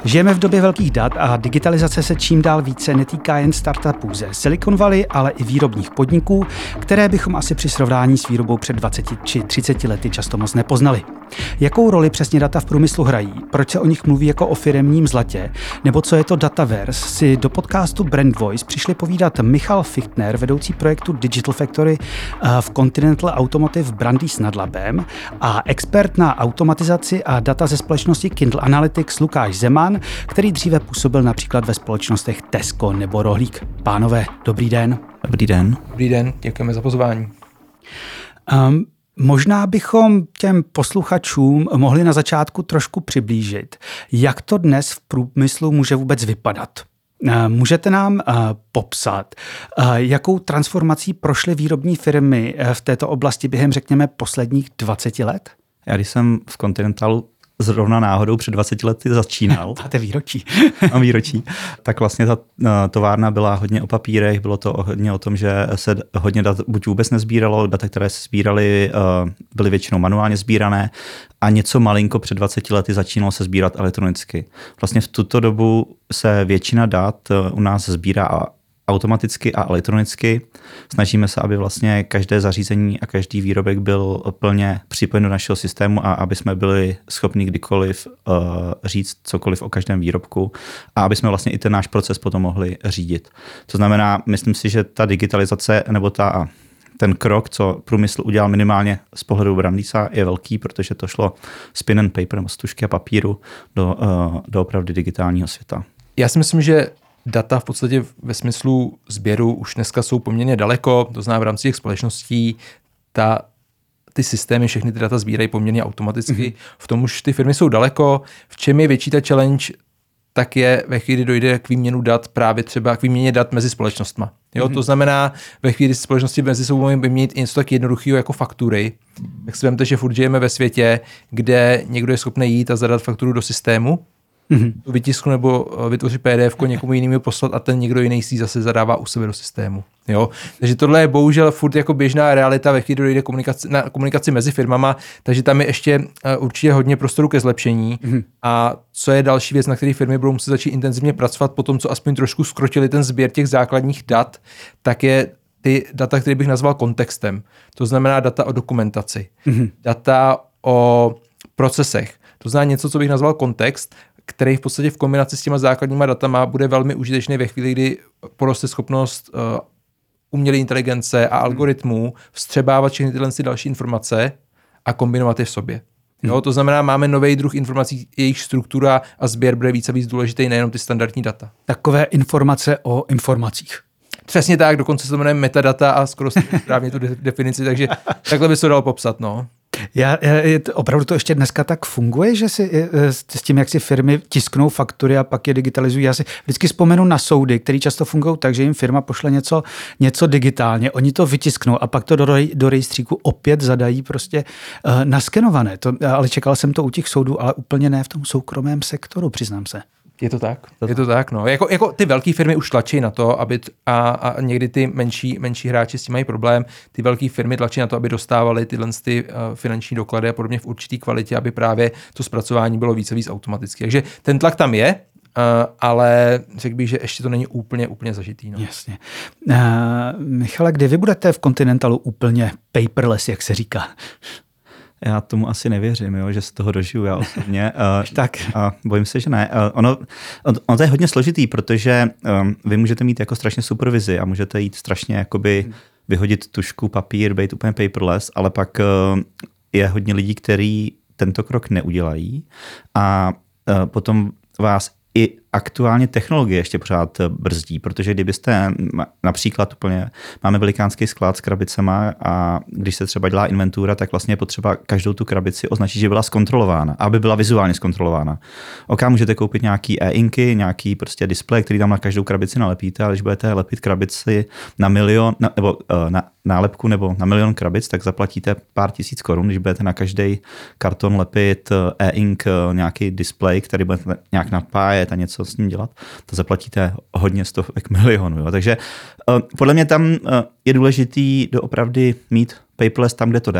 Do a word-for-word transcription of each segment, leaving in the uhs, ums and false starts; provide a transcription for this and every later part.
Žijeme v době velkých dat a digitalizace se čím dál více netýká jen startupů ze Silicon Valley, ale i výrobních podniků, které bychom asi při srovnání s výrobou před dvaceti či třiceti lety často moc nepoznali. Jakou roli přesně data v průmyslu hrají, proč se o nich mluví jako o firemním zlatě, nebo co je to Dataverse, si do podcastu Brand Voice přišli povídat Michal Fichtner, vedoucí projektu Digital Factory v Continental Automotive Brandy s Nadlabem, a expert na automatizaci a data ze společnosti Kindle Analytics Lukáš Zeman, který dříve působil například ve společnostech Tesco nebo Rohlík. Pánové, dobrý den. Dobrý den. Dobrý den, děkujeme za pozvání. Um, Možná bychom těm posluchačům mohli na začátku trošku přiblížit, jak to dnes v průmyslu může vůbec vypadat. Můžete nám popsat, jakou transformací prošly výrobní firmy v této oblasti během, řekněme, posledních dvaceti let? Já když jsem v Continentalu zrovna náhodou před dvaceti lety začínal. Máte výročí. Mám výročí. Tak vlastně ta továrna byla hodně o papírech, bylo to hodně o tom, že se hodně dat buď vůbec nezbíralo, data, které se sbíraly, byly většinou manuálně sbírané a něco malinko před dvaceti lety začínalo se sbírat elektronicky. Vlastně v tuto dobu se většina dat u nás sbírá automaticky a elektronicky. Snažíme se, aby vlastně každé zařízení a každý výrobek byl plně připojen do našeho systému a aby jsme byli schopni kdykoliv uh, říct cokoliv o každém výrobku a aby jsme vlastně i ten náš proces potom mohli řídit. To znamená, myslím si, že ta digitalizace nebo ta, ten krok, co průmysl udělal minimálně z pohledu Brandýsa, je velký, protože to šlo z pen and paper nebo z tužky a papíru do, uh, do opravdu digitálního světa. Já si myslím, že data v podstatě ve smyslu sběru už dneska jsou poměrně daleko, to znamená v rámci těch společností, ta, ty systémy, všechny ty data sbírají poměrně automaticky, mm-hmm. v tom už ty firmy jsou daleko. V čem je větší ta challenge, tak je ve chvíli dojde k výměnu dat právě třeba k výměně dat mezi společnostma. Jo, mm-hmm. To znamená, ve chvíli společnosti mezi sebou mají vyměnit něco tak jednoduchého jako faktury, tak si vemte, že furt žijeme ve světě, kde někdo je schopný jít a zadat fakturu do systému, Mm-hmm. vytisknu nebo vytvořit P D F ko někomu jinému poslat a ten někdo jiný si zase zadává u sebe do systému. Jo? Takže tohle je bohužel furt jako běžná realita, ve chvíli dojde komunikaci, na komunikaci mezi firmama, takže tam je ještě uh, určitě hodně prostoru ke zlepšení. Mm-hmm. A co je další věc, na které firmy budou muset začít intenzivně pracovat po tom, co aspoň trošku skrotili ten sběr těch základních dat, tak je ty data, které bych nazval kontextem. To znamená data o dokumentaci, mm-hmm. data o procesech. To znamená něco, co bych nazval kontext, který v podstatě v kombinaci s těma základníma datama bude velmi užitečný ve chvíli, kdy poroste schopnost uh, umělé inteligence a algoritmů vstřebávat všechny tyhle další informace a kombinovat je v sobě. Jo, to znamená, máme nový druh informací, jejich struktura a sběr bude více a víc důležitý, nejenom ty standardní data. Takové informace o informacích. Přesně tak, dokonce se to jmenuje metadata a skoro správně tu definici, takže takhle by se to dalo popsat, no. Já, já, opravdu to ještě dneska tak funguje, že si s tím, jak si firmy tisknou faktury a pak je digitalizují. Já si vždycky vzpomenu na soudy, které často fungují tak, že jim firma pošle něco, něco digitálně, oni to vytisknou a pak to do, do rejstříku opět zadají prostě uh, naskenované. To, ale čekal jsem to u těch soudů, ale úplně ne v tom soukromém sektoru, přiznám se. Je to tak? Je to tak, no. Jako, jako ty velké firmy už tlačí na to, aby t- a, a někdy ty menší, menší hráči s tím mají problém. Ty velké firmy tlačí na to, aby dostávali tyhle ty, uh, finanční doklady a podobně v určitý kvalitě, aby právě to zpracování bylo více víc automaticky. Takže ten tlak tam je, uh, ale řekl bych, že ještě to není úplně, úplně zažitý. No. Jasně. Uh, Michale, kdy vy budete v Continentalu úplně paperless, jak se říká? Já tomu asi nevěřím, jo, že z toho dožiju já osobně. Uh, tak. Uh, bojím se, že ne. Uh, ono, ono to je hodně složitý, protože um, vy můžete mít jako strašně supervizi a můžete jít strašně jakoby hmm. vyhodit tužku, papír, být úplně paperless, ale pak uh, je hodně lidí, kteří tento krok neudělají a uh, potom vás i aktuálně technologie ještě pořád brzdí, protože kdybyste například úplně, máme velikánský sklad s krabicema a když se třeba dělá inventura, tak vlastně je potřeba každou tu krabici označit, že byla zkontrolována, aby byla vizuálně zkontrolována. Ok, můžete koupit nějaký e-inky, nějaký prostě displej, který tam na každou krabici nalepíte, ale když budete lepit krabici na milion, na, nebo na nálepku nebo na milion krabic, tak zaplatíte pár tisíc korun, když budete na každý karton lepit e-ink, nějaký displej, který budete nějak napájet a něco s ním dělat, to zaplatíte hodně stovek milionů. Jo. Takže uh, podle mě tam uh, je důležitý doopravdy mít paperless tam, kde to jde.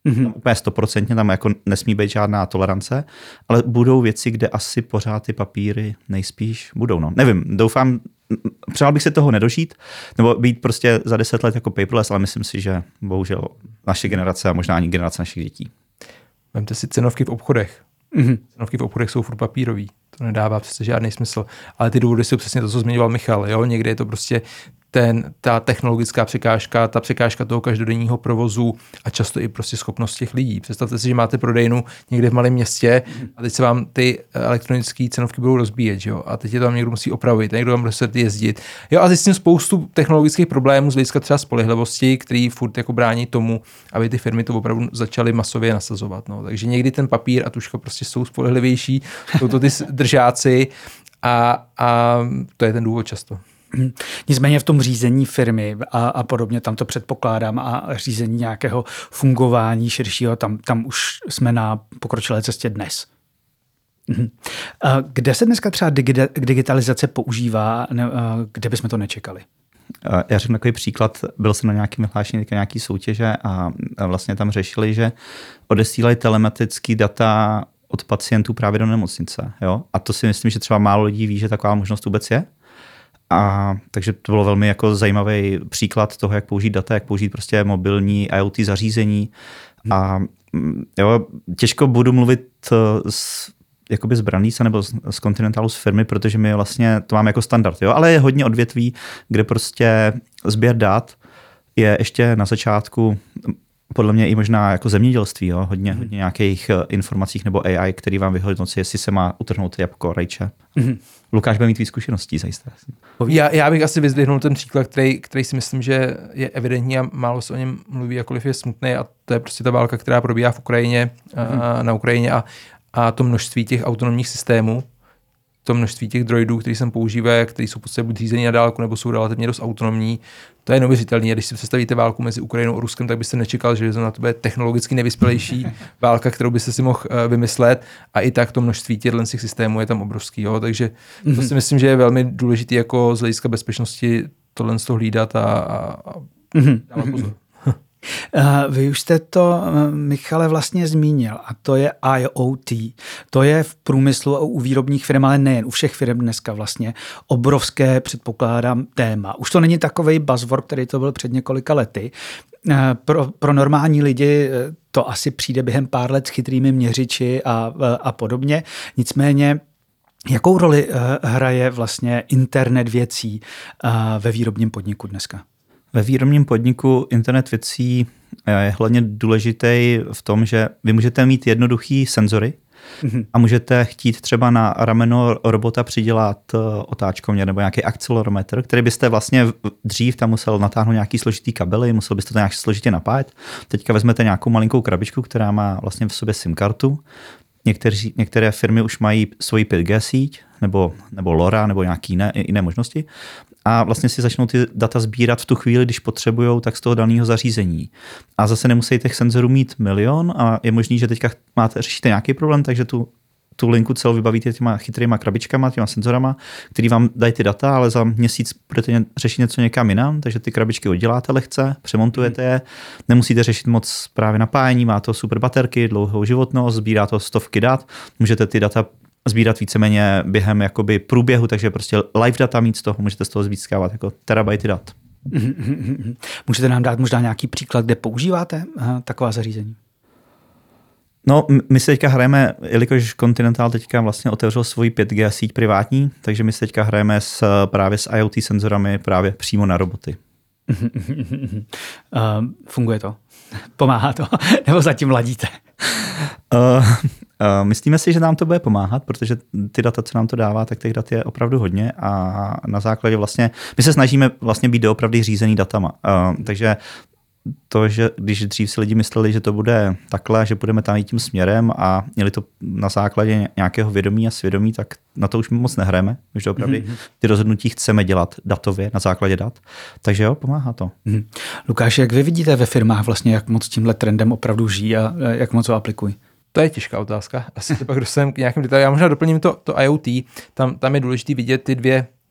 Mm-hmm. Tam úplně stoprocentně, tam jako nesmí být žádná tolerance, ale budou věci, kde asi pořád ty papíry nejspíš budou. No. Nevím, doufám, přál bych se toho nedožít, nebo být prostě za deset let jako paperless, ale myslím si, že bohužel naše generace a možná ani generace našich dětí. Vemte si cenovky v obchodech. Mm-hmm. Cenovky v obchodech jsou furt papírový. To nedává přece žádný smysl. Ale ty důvody jsou přesně to, co zmiňoval Michal. Jo? Někde je to prostě ten, ta technologická překážka, ta překážka toho každodenního provozu a často i prostě schopnost těch lidí. Představte si, že máte prodejnu někde v malém městě a teď se vám ty elektronické cenovky budou rozbíjet, jo? A teď je tam někdo musí opravit, někdo tam musí jezdit. Jo, a zjistím spoustu technologických problémů z hlediska třeba spolehlivosti, který furt jako brání tomu, aby ty firmy to opravdu začaly masově nasazovat. No. Takže někdy ten papír a tužka prostě jsou spolehlivější, jsou to ty držáci a, a to je ten důvod často. Nicméně v tom řízení firmy a, a podobně, tam to předpokládám, a řízení nějakého fungování širšího, tam, tam už jsme na pokročilé cestě dnes. A kde se dneska třeba digitalizace používá, kde bychom to nečekali? Já řeknu takový příklad, byl jsem na nějakém vyhlášení nějaký soutěže a vlastně tam řešili, že odesílají telematický data od pacientů právě do nemocnice. Jo? A to si myslím, že třeba málo lidí ví, že taková možnost vůbec je. A takže to bylo velmi jako zajímavý příklad toho, jak použít data, jak použít prostě mobilní IoT zařízení. A jo, těžko budu mluvit s, jakoby z Brandýsa nebo z, z Continentalu, z firmy, protože my vlastně to máme jako standard. Jo? Ale je hodně odvětví, kde prostě sběr dat je ještě na začátku podle mě i možná jako zemědělství, jo? Hodně, mm. hodně nějakých informacích nebo A I, který vám vyhodnocí, jestli se má utrhnout jabko, rajče. Mm. Lukáš bude mít víc zkušeností, zajisté. Já, já bych asi vyzdvihnul ten příklad, který, který si myslím, že je evidentní a málo se o něm mluví, jakkoliv je smutný, a to je prostě ta válka, která probíhá v Ukrajině, mm. a, na Ukrajině a, a to množství těch autonomních systémů, to množství těch droidů, který sem používají, který jsou prostě buď řízení na dálku, nebo jsou relativně dost autonomní. To je neuvěřitelné. Když si představíte válku mezi Ukrajinou a Ruskem, tak byste nečekal, že na to bude technologicky nevyspělejší válka, kterou byste si mohl vymyslet. A i tak to množství těchto systémů je tam obrovský. Jo? Takže to si myslím, že je velmi důležité jako z hlediska bezpečnosti tohle z toho hlídat a, a, a dávat pozor. Vy už jste to, Michale, vlastně zmínil, a to je IoT. To je v průmyslu a u výrobních firm, ale nejen u všech firm dneska vlastně obrovské, předpokládám, téma. Už to není takovej buzzword, který to byl před několika lety. Pro, pro normální lidi to asi přijde během pár let s chytrými měřiči a, a podobně. Nicméně jakou roli hraje vlastně internet věcí ve výrobním podniku dneska? Ve výrobním podniku internet věcí je hlavně důležitý v tom, že vy můžete mít jednoduchý senzory mm-hmm. a můžete chtít třeba na rameno robota přidělat otáčkovně nebo nějaký akcelerometr, který byste vlastně dřív tam musel natáhnout nějaký složitý kabely, musel byste to nějak složitě napájet. Teďka vezmete nějakou malinkou krabičku, která má vlastně v sobě SIM kartu. Někteří, některé firmy už mají svoji pět G síť nebo, nebo LoRa nebo nějaké jiné, jiné možnosti a vlastně si začnou ty data sbírat v tu chvíli, když potřebujou, tak z toho daného zařízení. A zase nemusí těch senzorů mít milion a je možný, že teďka máte, řešíte nějaký problém, takže tu, tu linku celou vybavíte těma chytrýma krabičkama, těma senzorama, který vám dají ty data, ale za měsíc budete řešit něco někam jinam, takže ty krabičky odděláte lehce, přemontujete je, nemusíte řešit moc právě napájení, má to super baterky, dlouhou životnost, sbírá to stovky dat, můžete ty data sbírat víceméně během jakoby průběhu, takže prostě live data mít z toho, můžete z toho získávat jako terabajty dat. Můžete nám dát možná nějaký příklad, kde používáte taková zařízení? No, my se teďka hrajeme, jelikož Continental teďka vlastně otevřel svoji pět G síť privátní, takže my se teďka hrajeme s, právě s IoT senzorami právě přímo na roboty. uh, funguje to? Pomáhá to? Nebo zatím ladíte? Uh, uh, myslíme si, že nám to bude pomáhat, protože ty data, co nám to dává, tak těch dat je opravdu hodně a na základě vlastně, my se snažíme vlastně být doopravdy řízený datama. Uh, takže to, že když dřív si lidi mysleli, že to bude takhle, že budeme tam jít tím směrem a měli to na základě nějakého vědomí a svědomí, tak na to už moc nehrajeme. Už opravdu ty rozhodnutí chceme dělat datově na základě dat. Takže jo, pomáhá to. Mm-hmm. Lukáš, jak vy vidíte ve firmách vlastně, jak moc tímhle trendem opravdu žijí a jak moc ho aplikují? To je těžká otázka. Asi se pak dostaneme k nějakým detailům. Já možná doplním to, to IoT. Tam, tam je důležité vidět ty dvě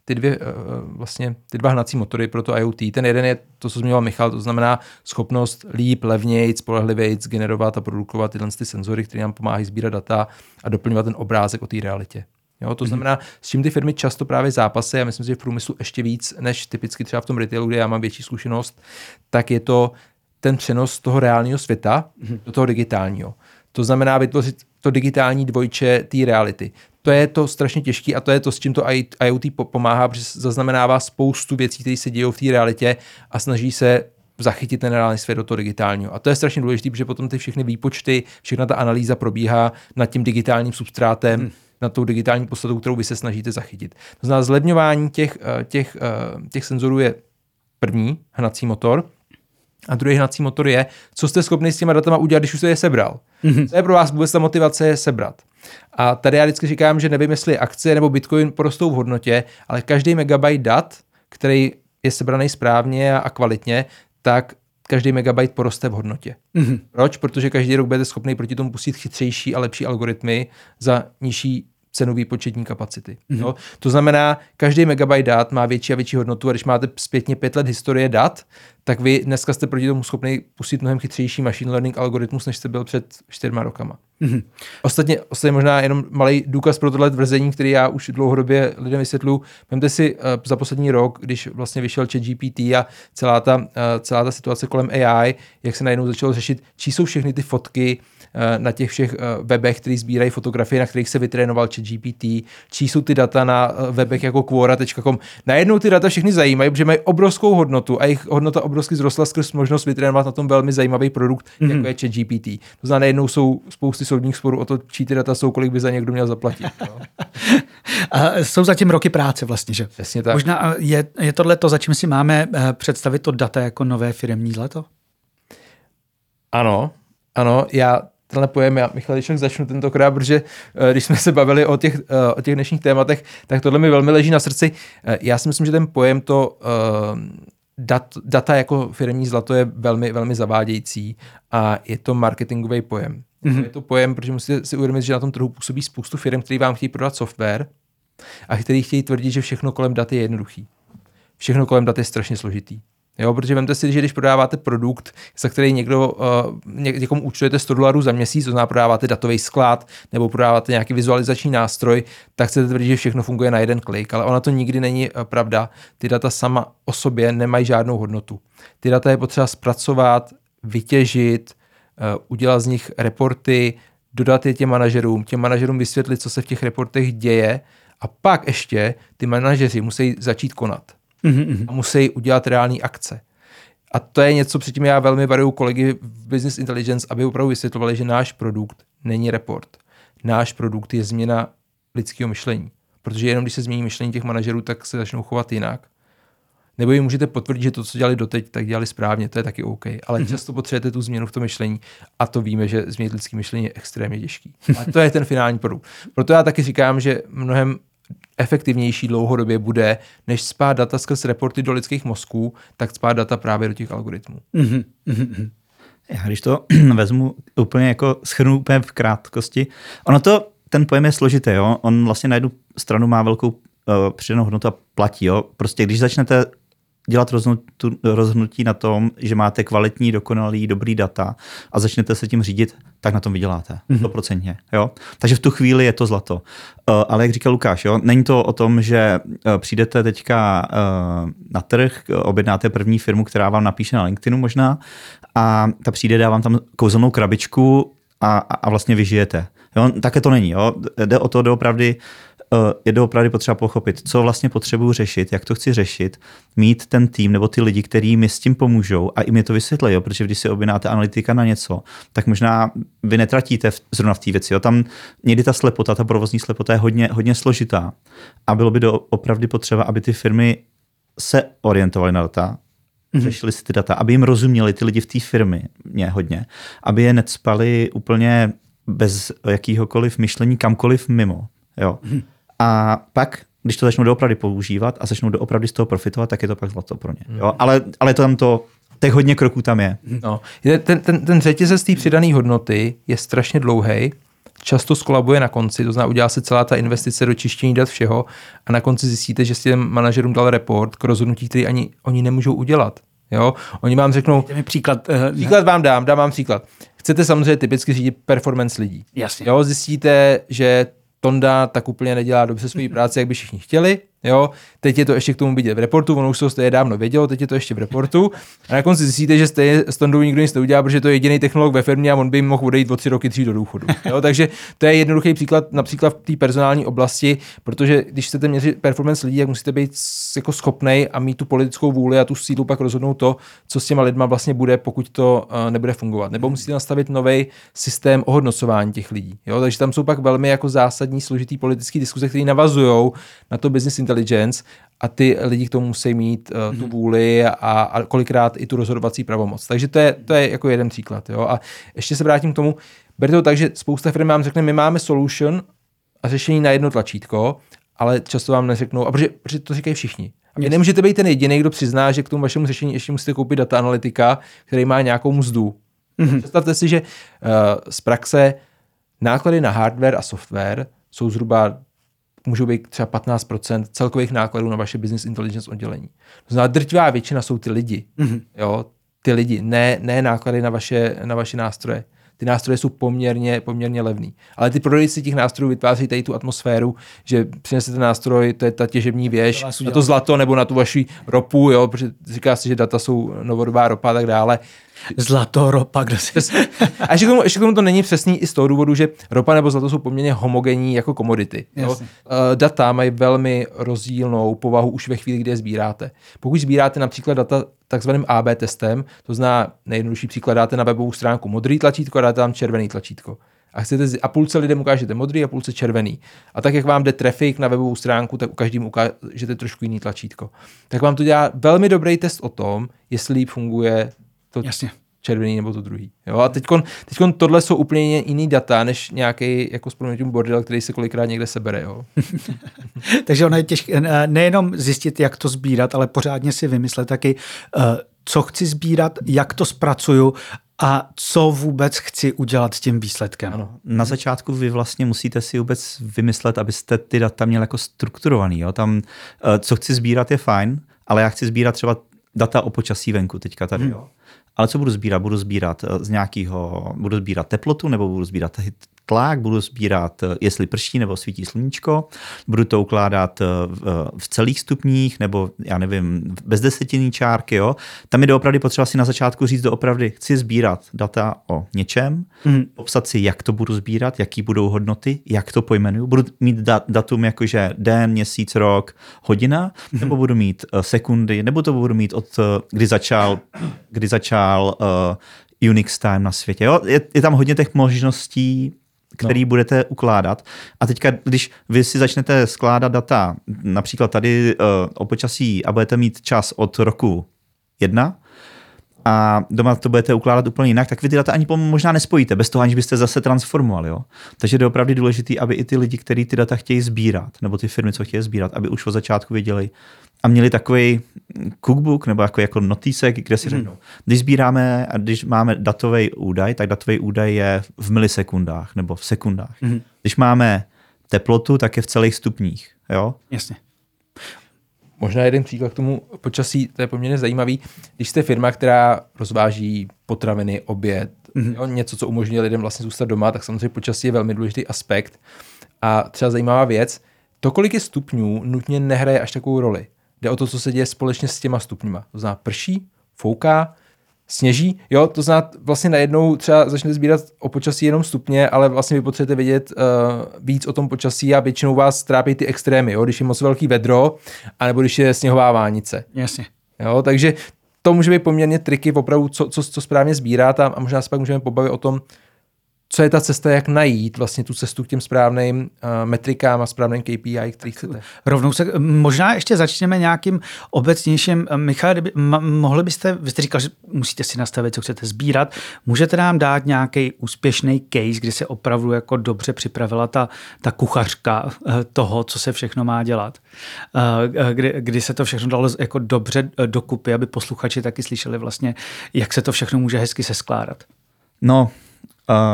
ty dvě vlastně ty dva hnací motory pro to IoT. Ten jeden je to, co zmiňoval Michal, to znamená schopnost líp, levnějc, spolehlivějc generovat a produkovat tyhle ty senzory, které nám pomáhají sbírat data a doplňovat ten obrázek o té realitě. Jo, to znamená, s čím ty firmy často právě zápasy, a myslím si, že v průmyslu ještě víc, než typicky třeba v tom retailu, kde já mám větší zkušenost, tak je to ten přenos toho reálného světa do toho digitálního. To znamená vytvořit to digitální dvojče té reality. To je to strašně těžké a to je to, s čím to IoT pomáhá, protože zaznamenává spoustu věcí, které se dějí v té realitě a snaží se zachytit ten reálný svět do toho digitálního. A to je strašně důležité, protože potom ty všechny výpočty, všechna ta analýza probíhá nad tím digitálním substrátem, hmm. nad tou digitální podstatou, kterou vy se snažíte zachytit. To znamená, zlevňování těch, těch, těch senzorů je první hnací motor. A druhý hnací motor je, co jste schopni s těma datama udělat, když už jste je sebral. Mm-hmm. Co je pro vás vůbec ta motivace je sebrat. A tady já vždycky říkám, že nevím, jestli akcie nebo Bitcoin porostou v hodnotě, ale každý megabyte dat, který je sebraný správně a kvalitně, tak každý megabyte poroste v hodnotě. Mm-hmm. Proč? Protože každý rok budete schopný proti tomu pustit chytřejší a lepší algoritmy za nižší cenu výpočetní kapacity. Mm-hmm. No, to znamená, každý megabyte dat má větší a větší hodnotu a když máte zpětně pět let historie dat, tak vy dneska jste proti tomu schopni pustit mnohem chytřejší machine learning algoritmus, než jste byl před čtyřma rokama. Mm-hmm. Ostatně, ostatně možná jenom malý důkaz pro tohle tvrzení, který já už dlouhodobě lidem vysvětluji. Vemte si uh, za poslední rok, když vlastně vyšel ChatGPT a celá ta, uh, celá ta situace kolem A I, jak se najednou začalo řešit, čí jsou všechny ty fotky na těch všech webech, který sbírají fotografie, na kterých se vytrénoval ChatGPT, čí jsou ty data na webech jako quora tečka com. Najednou ty data všechny zajímají, protože mají obrovskou hodnotu a jejich hodnota obrovsky zrostla skrz možnost vytrénovat na tom velmi zajímavý produkt, mm-hmm. jako je ChatGPT. To znamená, najednou jsou spousty soudních sporů o to, čí ty data jsou, kolik by za někdo měl zaplatit. No. A jsou zatím roky práce vlastně, že? Přesně tak. Možná je, je tohle to, za čím si máme představit to data jako nové firemní zlato? Ano, ano, já tenhle pojem, já Michal, když začnu tentokrát, protože když jsme se bavili o těch, o těch dnešních tématech, tak tohle mi velmi leží na srdci. Já si myslím, že ten pojem to dat, data jako firemní zlato je velmi, velmi zavádějící a je to marketingový pojem. Mm-hmm. Je to pojem, protože musíte si uvědomit, že na tom trhu působí spoustu firm, který vám chtějí prodat software a který chtějí tvrdit, že všechno kolem dat je jednoduchý. Všechno kolem dat je strašně složitý. Jo, protože vemte si, že když prodáváte produkt, za který někdo, uh, ně, někomu účtujete sto dolarů za měsíc, to znamená prodáváte datový sklad nebo prodáváte nějaký vizualizační nástroj, tak chcete tvrdit, že všechno funguje na jeden klik, ale ona to nikdy není uh, pravda. Ty data sama o sobě nemají žádnou hodnotu. Ty data je potřeba zpracovat, vytěžit, uh, udělat z nich reporty, dodat je těm manažerům, těm manažerům vysvětlit, co se v těch reportech děje a pak ještě ty manažeři musí začít konat. A musí udělat reální akce. A to je něco, předtím já velmi varuju kolegy v Business Intelligence, aby opravdu vysvětlovali, že náš produkt není report. Náš produkt je změna lidského myšlení. Protože jenom když se změní myšlení těch manažerů, tak se začnou chovat jinak. Nebo jim můžete potvrdit, že to, co dělali doteď, tak dělali správně, to je taky OK. Ale mm-hmm. často potřebujete tu změnu v tom myšlení a to víme, že změnit lidské myšlení je extrémně těžký. A to je ten finální produkt. Proto já taky říkám, že mnohem efektivnější dlouhodobě bude, než spát data skrz reporty do lidských mozků, tak spát data právě do těch algoritmů. Mm-hmm. Mm-hmm. Já když to vezmu úplně jako shrnu úplně v krátkosti, ono to, ten pojem je složitý, jo? On vlastně na jednu stranu má velkou uh, přidanou hodnotu a platí, jo? Prostě když začnete dělat rozhodnutí na tom, že máte kvalitní, dokonalý, dobrý data a začnete se tím řídit, tak na tom vyděláte. sto procent. Jo? Takže v tu chvíli je to zlato. Uh, ale jak říkal Lukáš, jo? Není to o tom, že uh, přijdete teďka uh, na trh, objednáte první firmu, která vám napíše na LinkedInu možná a ta přijde, dá vám tam kouzelnou krabičku a, a, a vlastně vyžijete. Jo? Také to není. Jo? Jde o to doopravdy je doopravdy potřeba pochopit, co vlastně potřebuji řešit, jak to chci řešit, mít ten tým nebo ty lidi, kteří mi s tím pomůžou a i mi to vysvětlí, jo? Protože když si objednáte analytika na něco, tak možná vy netratíte v, zrovna v té věci. Jo? Tam někdy ta slepota, ta provozní slepota je hodně, hodně složitá a bylo by opravdu potřeba, aby ty firmy se orientovaly na data, mm-hmm. řešili si ty data, aby jim rozuměli ty lidi v té firmě mě hodně, aby je necpali úplně bez jakýhokoliv myšlení kamkoliv mimo. Jo. Mm-hmm. A pak, když to začnou doopravdy používat a začnou doopravdy z toho profitovat, tak je to pak zlato pro ně. Mm. Jo? Ale, ale to tam to, těch hodně kroků tam je. No. Ten, ten, ten řetězec té přidané hodnoty je strašně dlouhý často skolabuje na konci, to znamená, udělá se celá ta investice do čištění dat všeho a na konci zjistíte, že si těm manažerům dal report k rozhodnutí, který ani oni nemůžou udělat. Jo? Oni vám řeknou, Dejte mi příklad. Uh, příklad vám dám, dám vám příklad. Chcete samozřejmě typicky řídit performance lidí. Jasně. Jo? Zjistíte, že Tonda tak úplně nedělá dobře svoji práci, jak by všichni chtěli. Jo? Teď je to ještě k tomu vidět v reportu, ono už se to dávno vědělo, teď je to ještě v reportu. A na konci zjistíte, že stejně s Tondou nikdo nic neudělá, protože to je jediný technolog ve firmě a on by jim mohl odejít o tři roky dřív do důchodu. Jo? Takže to je jednoduchý příklad například v té personální oblasti, protože když chcete měřit performance lidí, tak musíte být jako schopnej a mít tu politickou vůli a tu sílu pak rozhodnout to, co s těma lidma vlastně bude, pokud to uh, nebude fungovat. Nebo musíte nastavit nový systém ohodnocování těch lidí. Jo? Takže tam jsou pak velmi jako zásadní složitý politický diskuze, které navazují na to business intelligence a ty lidi k tomu musí mít uh, tu vůli a, a kolikrát i tu rozhodovací pravomoc. Takže to je, to je jako jeden příklad. Jo? A ještě se vrátím k tomu, berte to tak, že spousta firm vám řekne, my máme solution a řešení na jedno tlačítko, ale často vám neřeknou, a protože, protože to říkají všichni. A vy nemůžete být ten jediný, kdo přizná, že k tomu vašemu řešení ještě musíte koupit data analytika, který má nějakou mzdu. Mm-hmm. Představte si, že uh, z praxe náklady na hardware a software jsou zhruba můžou být třeba patnáct procent celkových nákladů na vaše business intelligence oddělení. To znamená, drtivá většina jsou ty lidi. Mm-hmm. Jo, ty lidi, ne, ne náklady na vaše, na vaše nástroje. Ty nástroje jsou poměrně, poměrně levný. Ale ty prodejci těch nástrojů vytváří tady tu atmosféru, že přinesete nástroj, to je ta těžební věž, to na to zlato nebo na tu vaši ropu, jo, protože říká se, že data jsou novodobá ropa a tak dále. Zlato, ropa, kdo si... A ještě k, tomu, ještě k tomu to není přesný i z toho důvodu, že ropa nebo zlato jsou poměrně homogenní jako komodity. Uh, data mají velmi rozdílnou povahu už ve chvíli, kdy je sbíráte. Pokud sbíráte například data takzvaným A B testem, to znamená nejjednodušší příklad, dáte na webovou stránku modrý tlačítko a dáte tam červený tlačítko. A, chcete, a půlce lidem ukážete modrý a půlce červený. A tak, jak vám jde trafik na webovou stránku, tak u každým ukážete trošku jiný tlačítko. Tak vám to dělá velmi dobrý test o tom, jestli líp funguje to Jasně. červený nebo to druhý. Jo? A teďkon, teďkon tohle jsou úplně jiný data, než nějaký jako s proměnutím bordel, který se kolikrát někde sebere. Jo? Takže ono je těžké nejenom zjistit, jak to sbírat, ale pořádně si vymyslet taky, co chci sbírat, jak to zpracuju a co vůbec chci udělat s tím výsledkem. Ano. Na začátku vy vlastně musíte si vůbec vymyslet, abyste ty data měli jako strukturovaný. Jo? Tam, co chci sbírat, je fajn, ale já chci sbírat třeba data o počasí venku teďka tady. Hmm. Jo? Ale co budu sbírat? Budu sbírat z nějakého, budu sbírat teplotu, nebo budu sbírat tlak, budu sbírat, jestli prší nebo svítí sluníčko, budu to ukládat v celých stupních, nebo já nevím, bez desetinní čárky, jo. Tam je doopravdy potřeba si na začátku říct doopravdy, chci sbírat data o něčem, mm. popsat si, jak to budu sbírat, jaký budou hodnoty, jak to pojmenuju. Budu mít datum jakože den, měsíc, rok, hodina, mm. nebo budu mít sekundy, nebo to budu mít od kdy začal, kdy začal uh, Unix time na světě. Jo? Je, je tam hodně těch možností, který no. budete ukládat. A teďka, když vy si začnete skládat data, například tady uh, o počasí a budete mít čas od roku jedna a doma to budete ukládat úplně jinak, tak vy ty data ani možná nespojíte, bez toho, aniž byste zase transformovali. Jo? Takže je opravdu důležité, aby i ty lidi, kteří ty data chtějí sbírat, nebo ty firmy, co chtějí sbírat, aby už od začátku věděli a měli takový cookbook nebo jako, jako notýsek, kde si řeknou, hmm. když sbíráme a když máme datový údaj, tak datový údaj je v milisekundách nebo v sekundách. Hmm. Když máme teplotu, tak je v celých stupních. Jo? Jasně. Možná jeden příklad k tomu počasí, to je poměrně zajímavý. Když jste firma, která rozváží potraviny, oběd, mm-hmm. jo, něco, co umožňuje lidem vlastně zůstat doma, tak samozřejmě počasí je velmi důležitý aspekt. A třeba zajímavá věc, to, kolik je stupňů, nutně nehraje až takovou roli. Jde o to, co se děje společně s těma stupňma. To znamená prší, fouká, sněží, jo, to znamená vlastně najednou třeba začnete sbírat o počasí jenom stupně, ale vlastně vy potřebujete vědět uh, víc o tom počasí a většinou vás trápí ty extrémy, jo, když je moc velký vedro, anebo když je sněhová vánice. Jasně. Jo, takže to může být poměrně triky opravdu, co, co, co správně sbírat a, a možná se pak můžeme pobavit o tom, co je ta cesta, jak najít vlastně tu cestu k těm správným uh, metrikám a správným K P I, který chcete. Rovnou se, možná ještě začneme nějakým obecnějším. Michale, kdyby, ma, mohli byste, vy jste říkal, že musíte si nastavit, co chcete sbírat, můžete nám dát nějaký úspěšný case, kdy se opravdu jako dobře připravila ta, ta kuchařka toho, co se všechno má dělat. Kdy, kdy se to všechno dalo jako dobře dokupy, aby posluchači taky slyšeli vlastně, jak se to všechno může hezky seskládat. No, Uh,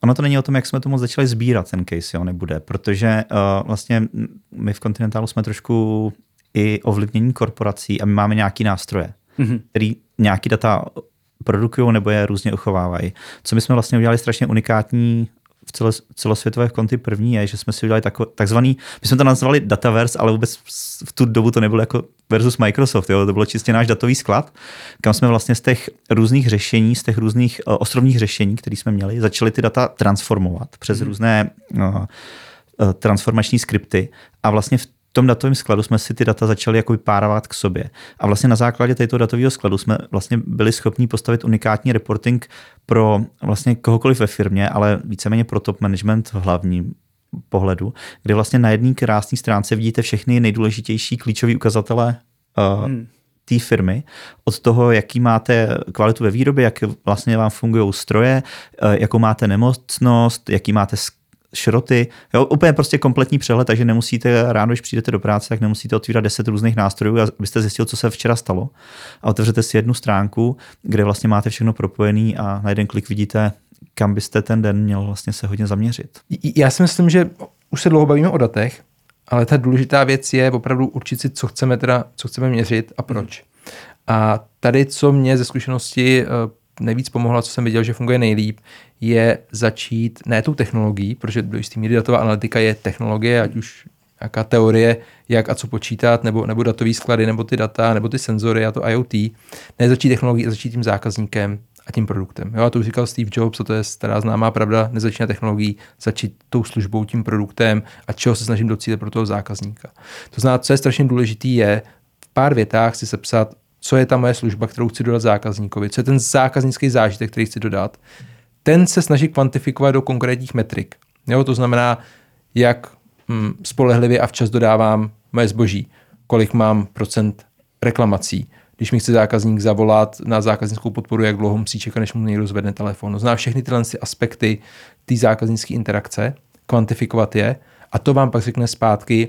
ono to není o tom, jak jsme to moc začali sbírat, ten case, jo, nebude, protože uh, vlastně my v Continentalu jsme trošku i ovlivnění korporací a my máme nějaký nástroje, mm-hmm. který nějaký data produkují nebo je různě uchovávají. Co my jsme vlastně udělali strašně unikátní v celo, celosvětové konty první je, že jsme si udělali tako, takzvaný, my jsme to nazvali Dataverse, ale vůbec v tu dobu to nebylo jako versus Microsoft, jo? To bylo čistě náš datový sklad, kam jsme vlastně z těch různých řešení, z těch různých uh, ostrovních řešení, které jsme měli, začali ty data transformovat přes hmm. různé uh, uh, transformační skripty a vlastně v v tom datovém skladu jsme si ty data začali jako párovat k sobě. A vlastně na základě této datového skladu jsme vlastně byli schopni postavit unikátní reporting pro vlastně kohokoliv ve firmě, ale víceméně pro top management v hlavním pohledu, kde vlastně na jedné krásné stránce vidíte všechny nejdůležitější klíčové ukazatele uh, hmm. té firmy, od toho, jaký máte kvalitu ve výrobě, jak vlastně vám fungují stroje, uh, jakou máte nemocnost, jaký máte šroty, jo, úplně prostě kompletní přehled, takže nemusíte ráno, když přijdete do práce, tak nemusíte otvírat deset různých nástrojů, abyste zjistil, co se včera stalo. A otevřete si jednu stránku, kde vlastně máte všechno propojený a na jeden klik vidíte, kam byste ten den měl vlastně se hodně zaměřit. Já si myslím, že už se dlouho bavíme o datech, ale ta důležitá věc je opravdu určit si, co chceme teda, co chceme měřit a proč. A tady, co mě ze zkušenosti nejvíc pomohla, co jsem viděl, že funguje nejlíp, je začít ne tou technologií, protože do jistý míry datová analytika je technologie, ať už nějaká teorie, jak a co počítat, nebo, nebo datový sklady, nebo ty data, nebo ty senzory a to I O T. Ne začít technologií, a začít tím zákazníkem a tím produktem. Jo, a to už říkal Steve Jobs, a to je stará známá pravda, nezačíná technologií, začít tou službou, tím produktem a čeho se snažím docílit pro toho zákazníka. To znamená, co je strašně důležitý, je v pár větách si sepsat, co je ta moje služba, kterou chci dodat zákazníkovi, co je ten zákaznický zážitek, který chci dodat. Ten se snaží kvantifikovat do konkrétních metrik. Jo, to znamená, jak hm, spolehlivě a včas dodávám moje zboží, kolik mám procent reklamací, když mi chce zákazník zavolat na zákaznickou podporu, jak dlouho musí čekat, než mu někdo zvedne telefon. To znamená všechny tyhle aspekty té zákaznické interakce, kvantifikovat je a to vám pak řekne zpátky,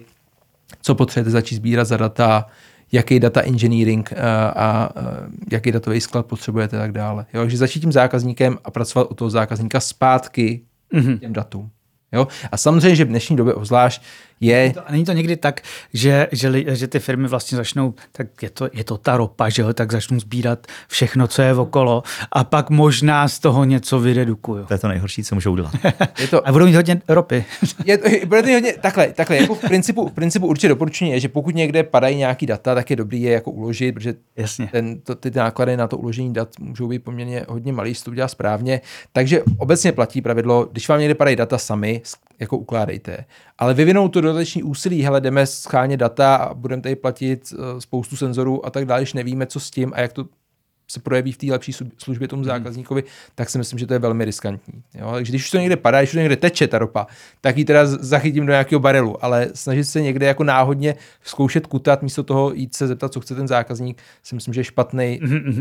co potřebujete začít sbírat za data, jaký data engineering a, a jaký datový sklad potřebujete a tak dále. Jo, takže začít tím zákazníkem a pracovat u toho zákazníka zpátky mm-hmm. těm datům. Jo? A samozřejmě, že v dnešní době obzvlášť je... A není to někdy tak, že, že, že ty firmy vlastně začnou, tak je to, je to ta ropa, že jo, tak začnou sbírat všechno, co je okolo a pak možná z toho něco vyredukují. To je to nejhorší, co můžou udělat. Je to, a budou mít hodně ropy. Je to, bude to hodně, takhle, takhle jako v principu, v principu určitě doporučení je, že pokud někde padají nějaký data, tak je dobrý je jako uložit, protože Jasně. Ten, to, ty náklady na to uložení dat můžou být poměrně hodně malý, jestli to udělá správně. Takže obecně platí pravidlo, když vám někde padají data sami, jako ukládejte. Ale vyvinou to dodatečný úsilí, hele, jdeme schánět data a budeme tady platit spoustu senzorů a tak dále, když nevíme, co s tím a jak to se projeví v té lepší službě tomu zákazníkovi, tak si myslím, že to je velmi riskantní. Jo? Takže když už to někde padá, když to někde teče ta ropa, tak ji teda zachytím do nějakého barelu, ale snažit se někde jako náhodně zkoušet kutat, místo toho jít se zeptat, co chce ten zákazník, si myslím, že je špatný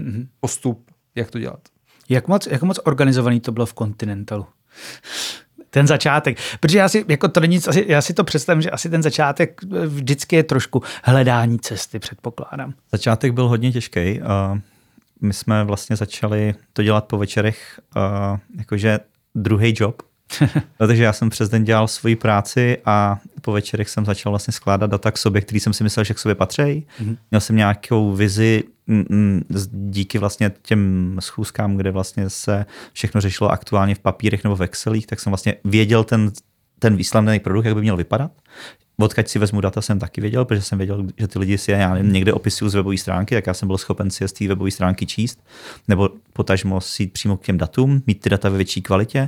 postup, jak to dělat. Jak moc, jak moc organizovaný to bylo v Continentalu? Ten začátek, protože já si, jako to není, já si to představím, že asi ten začátek vždycky je trošku hledání cesty, předpokládám. Začátek byl hodně těžký. My jsme vlastně začali to dělat po večerech, jakože druhý job. Takže já jsem přes den dělal svoji práci a po večerech jsem začal vlastně skládat data k sobě, který jsem si myslel, že k sobě patří. Mm-hmm. Měl jsem nějakou vizi m, díky vlastně těm schůzkám, kde vlastně se všechno řešilo aktuálně v papírech nebo v Excelích, tak jsem vlastně věděl ten, ten výsledný produkt, jak by měl vypadat. Odkud si vezmu data, jsem taky věděl, protože jsem věděl, že ty lidi si já nevím, někde opisují z webové stránky, tak já jsem byl schopen si je z té webové stránky číst, nebo potažmo si jít přímo k těm datům, mít ty data ve větší kvalitě.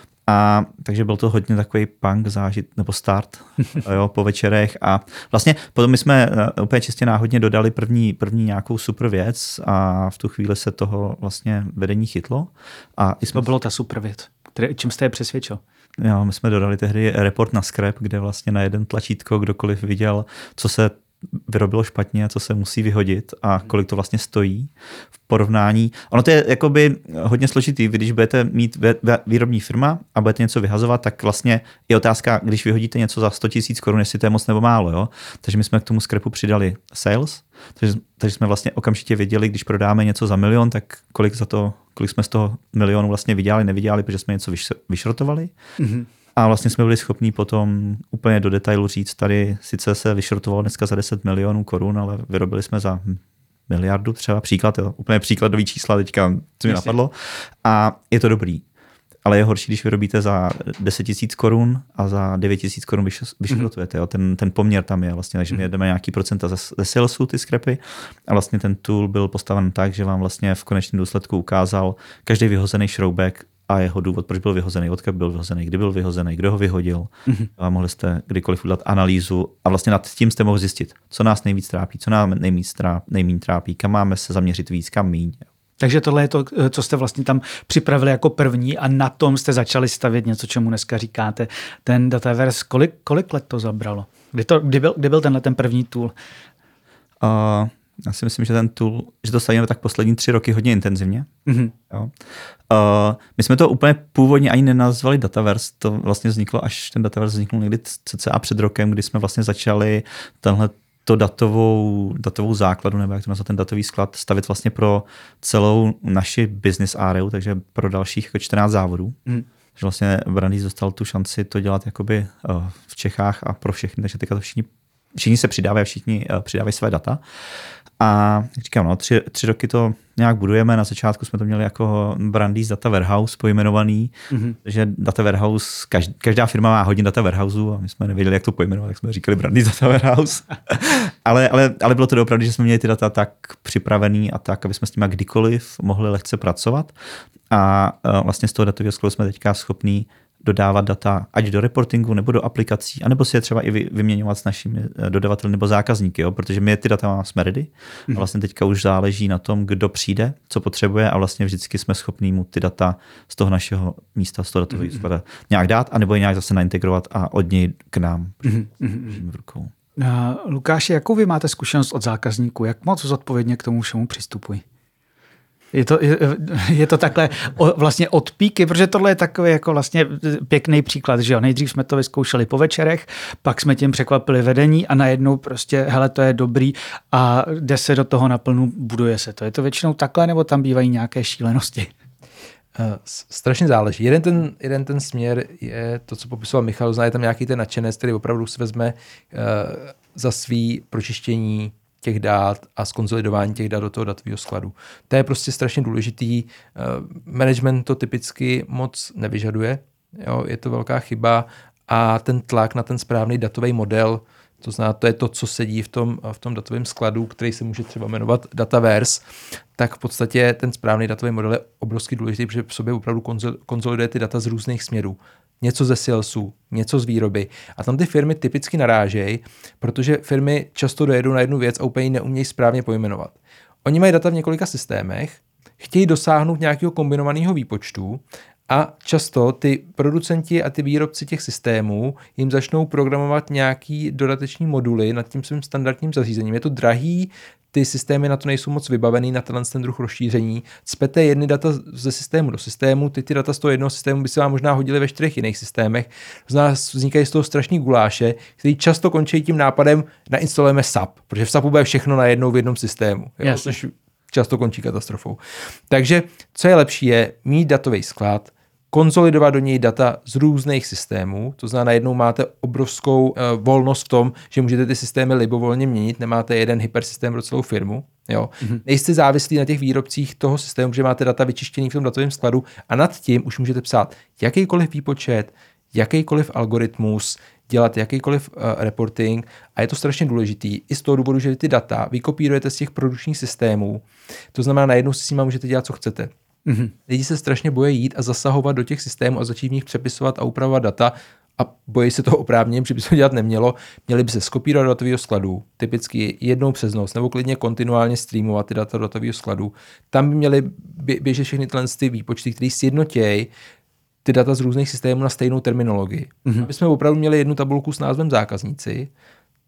A takže byl to hodně takový punk zážit, nebo start jo, po večerech a vlastně potom my jsme úplně čistě náhodně dodali první, první nějakou super věc a v tu chvíli se toho vlastně vedení chytlo. A jsme... To bylo ta super věc. Čím jste je přesvědčil? Jo, my jsme dodali tehdy report na Scrap, kde vlastně na jeden tlačítko kdokoliv viděl, co se vyrobilo špatně, co se musí vyhodit a kolik to vlastně stojí v porovnání. Ono to je jakoby hodně složitý, když budete mít výrobní firma a budete něco vyhazovat, tak vlastně je otázka, když vyhodíte něco za sto tisíc korun, jestli to je moc nebo málo. Jo? Takže my jsme k tomu skrepu přidali sales, takže, takže jsme vlastně okamžitě věděli, když prodáme něco za milion, tak kolik za to, kolik jsme z toho milionu vlastně vydělali, nevydělali, protože jsme něco vyšrotovali. Mm-hmm. A vlastně jsme byli schopní potom úplně do detailu říct, tady sice se vyšrotovalo dneska za deset milionů korun, ale vyrobili jsme za miliardu třeba, příklad, jo, úplně příkladový čísla teďka, co mi napadlo. A je to dobrý. Ale je horší, když vyrobíte za deset tisíc korun a za devět tisíc korun vyšrotujete. Jo. Ten, ten poměr tam je vlastně, takže my jedeme nějaký procenta ze, ze salesu, ty skrepy. A vlastně ten tool byl postaven tak, že vám vlastně v konečném důsledku ukázal každý vyhozený šroubek a jeho důvod, proč byl vyhozený, odkud byl vyhozený, kdy byl vyhozený, kdo ho vyhodil. Mm-hmm. A mohli jste kdykoliv udělat analýzu a vlastně nad tím jste mohli zjistit, co nás nejvíc trápí, co nám nejvíc trápí, nejméně trápí, kam máme se zaměřit víc, kam míň. Takže tohle je to, co jste vlastně tam připravili jako první a na tom jste začali stavět něco, čemu dneska říkáte. Ten Dataverse, kolik, kolik let to zabralo? Kdy, to, kdy, byl, kdy byl tenhle ten první tool? Uh, já si myslím, že ten tool, že to stavíme tak poslední tři roky hodně intenzivně. Mm-hmm. Jo. Uh, my jsme to úplně původně ani nenazvali Dataverse, to vlastně vzniklo, až ten Dataverse vznikl někdy cca před rokem, kdy jsme vlastně začali tenhle to datovou, datovou základu, nebo jak to nazvat, ten datový sklad, stavit vlastně pro celou naši business area, takže pro dalších jako čtrnáct závodů. Mm. Takže vlastně Brandýs dostal tu šanci to dělat jakoby uh, v Čechách a pro všechny, takže teďka to všichni, všichni se přidávají, všichni uh, přidávají své data. A jak říkám, no, tři, tři roky to nějak budujeme. Na začátku jsme to měli jako Brandýs Data Warehouse pojmenovaný, mm-hmm. že Data Warehouse, každá, každá firma má hodně Data Warehouseu a my jsme nevěděli, jak to pojmenovat, tak jsme říkali Brandýs Data Warehouse. ale, ale, ale bylo to doopravdy, že jsme měli ty data tak připravený a tak, aby jsme s nimi kdykoliv mohli lehce pracovat. A vlastně z toho datového skladu jsme teďka schopní dodávat data ať do reportingu nebo do aplikací, anebo si je třeba i vyměňovat s našimi dodavateli nebo zákazníky, jo? Protože my ty data jsme ready a vlastně teďka už záleží na tom, kdo přijde, co potřebuje a vlastně vždycky jsme schopní mu ty data z toho našeho místa, z toho datového skladu nějak dát, anebo je nějak zase naintegrovat a od něj k nám v rukou. Lukáši, jakou vy máte zkušenost od zákazníků? Jak moc zodpovědně k tomu všemu přistupují? Je to, je, je to takhle o, vlastně od píky, protože tohle je takový jako vlastně pěkný příklad, že jo. Nejdřív jsme to vyzkoušeli po večerech, pak jsme tím překvapili vedení a najednou prostě, hele, to je dobrý a jde se do toho naplnu, buduje se to. Je to většinou takhle, nebo tam bývají nějaké šílenosti? Strašně záleží. Jeden ten, jeden ten směr je to, co popisoval Michal, zná je tam nějaký ten nadšenec, který opravdu si vezme uh, za svý pročištění těch dát a zkonsolidování těch dat do toho datového skladu. To je prostě strašně důležitý. Management to typicky moc nevyžaduje. Jo, je to velká chyba a ten tlak na ten správný datový model, to znamená, to je to, co sedí v tom, v tom datovém skladu, který se může třeba jmenovat Dataverse, tak v podstatě ten správný datový model je obrovský důležitý, protože v sobě opravdu konzoliduje ty data z různých směrů. Něco ze salesu, něco z výroby. A tam ty firmy typicky narážejí, protože firmy často dojedou na jednu věc a úplně ji neumějí správně pojmenovat. Oni mají data v několika systémech, chtějí dosáhnout nějakého kombinovaného výpočtu a často ty producenti a ty výrobci těch systémů jim začnou programovat nějaký dodateční moduly nad tím svým standardním zařízením. Je to drahý, ty systémy na to nejsou moc vybavený na tenhle ten druh rozšíření. Cpete jedny data ze systému do systému, ty ty data z toho jednoho systému by se vám možná hodily ve čtyřech jiných systémech. Vznikají z toho strašní guláše, který často končí tím nápadem, nainstalujeme S A P, protože v S A P bude všechno najednou v jednom systému. Yes. Což často končí katastrofou. Takže co je lepší, je mít datový sklad, konsolidovat do něj data z různých systémů, to znamená, najednou máte obrovskou uh, volnost v tom, že můžete ty systémy libovolně měnit, nemáte jeden hypersystém pro celou firmu. Jo. Mm-hmm. Nejste závislí na těch výrobcích toho systému, že máte data vyčištěný v tom datovém skladu a nad tím už můžete psát jakýkoliv výpočet, jakýkoliv algoritmus, dělat jakýkoliv uh, reporting a je to strašně důležitý i z toho důvodu, že ty data vykopírujete z těch produkčních systémů, to znamená, najednou si s nimi můžete dělat, co chcete. Mm-hmm. Lidi se strašně bojí jít a zasahovat do těch systémů a začít v nich přepisovat a upravovat data a bojí se toho oprávněně, že by se to dělat nemělo. Měli by se skopírovat do datového skladu, typicky jednou přes noc, nebo klidně kontinuálně streamovat ty data do datového skladu. Tam by měly běžet všechny tyhle ty výpočty, které sjednotějí ty data z různých systémů na stejnou terminologii. Mm-hmm. Aby jsme opravdu měli jednu tabulku s názvem zákazníci,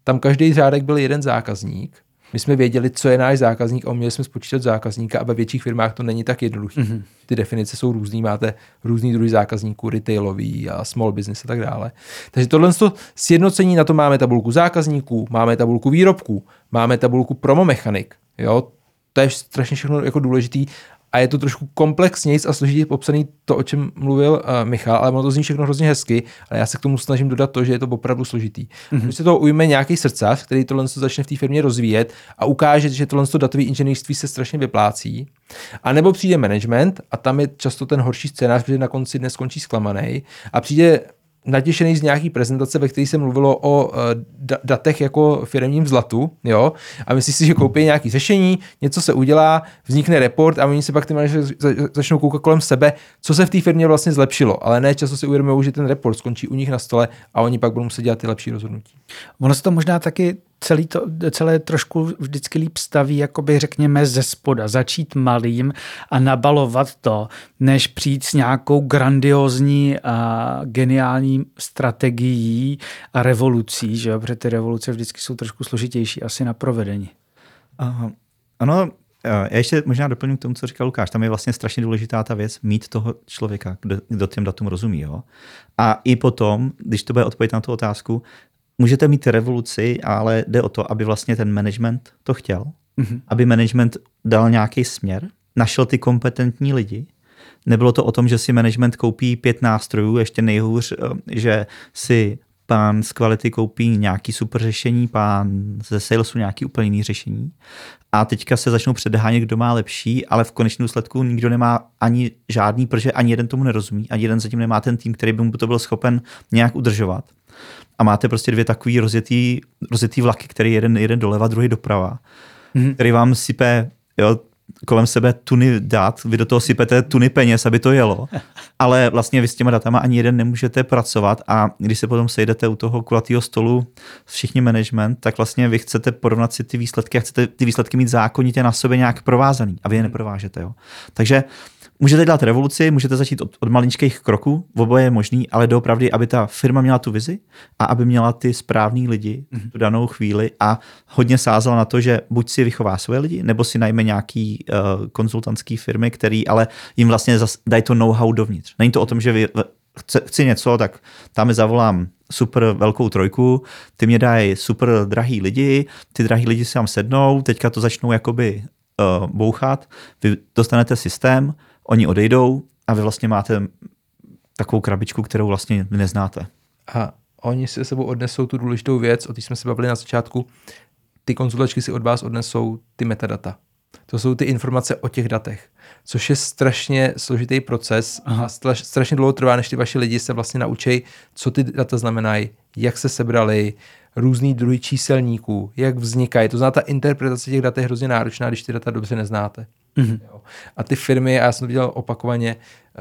tam každý řádek byl jeden zákazník. My jsme věděli, co je náš zákazník a uměli jsme spočítat zákazníka a ve větších firmách to není tak jednoduché. Mm-hmm. Ty definice jsou různý, máte různý druhy zákazníků, retailový a small business a tak dále. Takže tohle sjednocení, na to máme tabulku zákazníků, máme tabulku výrobků, máme tabulku promomechanik. Jo? To je strašně všechno jako důležitý a je to trošku komplexnějc a složitě popsaný to, o čem mluvil uh, Michal, ale ono to zní všechno hrozně hezky, ale já se k tomu snažím dodat to, že je to opravdu složitý. Mm-hmm. Když se toho ujme nějaký srdcař, který tohle začne v té firmě rozvíjet a ukáže, že tohle datové inženýrství se strašně vyplácí, a nebo přijde management a tam je často ten horší scénář, protože na konci dnes skončí zklamaný a přijde natěšený z nějaký prezentace, ve které se mluvilo o uh, datech jako firemním zlatu, jo, a myslí si, že koupí nějaké řešení, něco se udělá, vznikne report a oni se pak ty manažeři začnou koukat kolem sebe, co se v té firmě vlastně zlepšilo, ale ne často si uvědomují, že ten report skončí u nich na stole a oni pak budou muset dělat ty lepší rozhodnutí. Ono se to možná taky celý to, celé trošku vždycky líp staví, jakoby řekněme ze spoda, začít malým a nabalovat to, než přijít s nějakou grandiozní a geniální strategií a revolucí, že jo? Protože ty revoluce vždycky jsou trošku složitější asi na provedení. Aha. Ano, já ještě možná doplním k tomu, co říkal Lukáš. Tam je vlastně strašně důležitá ta věc, mít toho člověka, kdo, kdo těm datům rozumí. Jo? A i potom, když to bude odpovědět na tu otázku, můžete mít revoluci, ale jde o to, aby vlastně ten management to chtěl, mm-hmm. aby management dal nějaký směr, našel ty kompetentní lidi. Nebylo to o tom, že si management koupí pět nástrojů, ještě nejhůř, že si pán z kvality koupí nějaký super řešení, pán ze salesu nějaký úplně jiný řešení a teďka se začnou předhánět, kdo má lepší, ale v konečném důsledku nikdo nemá ani žádný, protože ani jeden tomu nerozumí, ani jeden zatím nemá ten tým, který by mu to byl schopen nějak udržovat. A máte prostě dvě takový rozjetý, rozjetý vlaky, který jeden, jeden doleva, druhý doprava, mm-hmm. který vám sype, jo, kolem sebe tuny dat, vy do toho sypete tuny peněz, aby to jelo, ale vlastně vy s těma datama ani jeden nemůžete pracovat a když se potom sejdete u toho kulatého stolu všichni management, tak vlastně vy chcete porovnat si ty výsledky a chcete ty výsledky mít zákonitě na sobě nějak provázaný a vy je neprovážete. Jo. Takže můžete dělat revoluci, můžete začít od, od maličkých kroků, oboje je možný, ale doopravdy, aby ta firma měla tu vizi a aby měla ty správný lidi v tu danou chvíli a hodně sázela na to, že buď si vychová svoje lidi, nebo si najme nějaký uh, konzultantský firmy, který ale jim vlastně zas, dají to know-how dovnitř. Není to o tom, že vy, chci, chci něco, tak tam mi zavolám super velkou trojku, ty mě dají super drahý lidi, ty drahý lidi si tam sednou, teďka to začnou jakoby uh, bouchat, vy dostanete systém, oni odejdou a vy vlastně máte takovou krabičku, kterou vlastně neznáte. A oni si se sebou odnesou tu důležitou věc, o té jsme se bavili na začátku, ty konzultačky si od vás odnesou ty metadata. To jsou ty informace o těch datech, což je strašně složitý proces. Aha. A strašně dlouho trvá, než ty vaši lidi se vlastně naučí, co ty data znamenají, jak se sebrali, různý druhy číselníků, jak vznikají. To znamená, ta interpretace těch dat je hrozně náročná, když ty data dobře neznáte. Mm-hmm. A ty firmy, a já jsem to viděl opakovaně,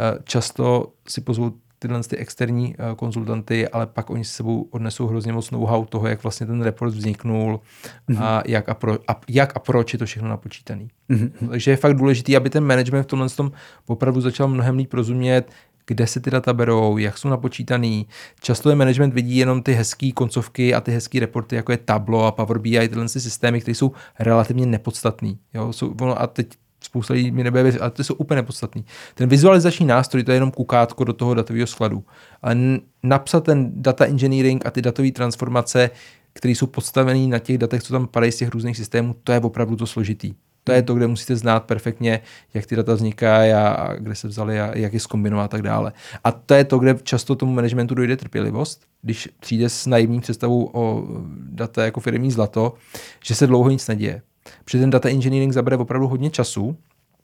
často si pozvou tyhle ty externí konzultanty, ale pak oni si sebou odnesou hrozně moc know-how toho, jak vlastně ten report vzniknul mm-hmm. a, jak a, pro, a jak a proč je to všechno napočítaný. Mm-hmm. Takže je fakt důležitý, aby ten management v tomhle tom opravdu začal mnohem líp rozumět, kde se ty data berou, jak jsou napočítaný. Často je management vidí jenom ty hezký koncovky a ty hezký reporty, jako je Tableau a Power B I, tyhle systémy, které jsou relativně nepodstatný. Jo? Jsou, a teď spousta lidí mi nebude věřit, ale ty jsou úplně nepodstatný. Ten vizualizační nástroj, to je jenom kukátko do toho datového skladu. Ale napsat ten data engineering a ty datové transformace, které jsou postavené na těch datech, co tam padají z těch různých systémů, to je opravdu to složitý. To je to, kde musíte znát perfektně, jak ty data vznikají a, a kde se vzaly a jak je zkombinovat a tak dále. A to je to, kde často tomu managementu dojde trpělivost, když přijde s naivní představou o data jako firemní zlato, že se dlouho nic neděje. Protože ten data engineering zabere opravdu hodně času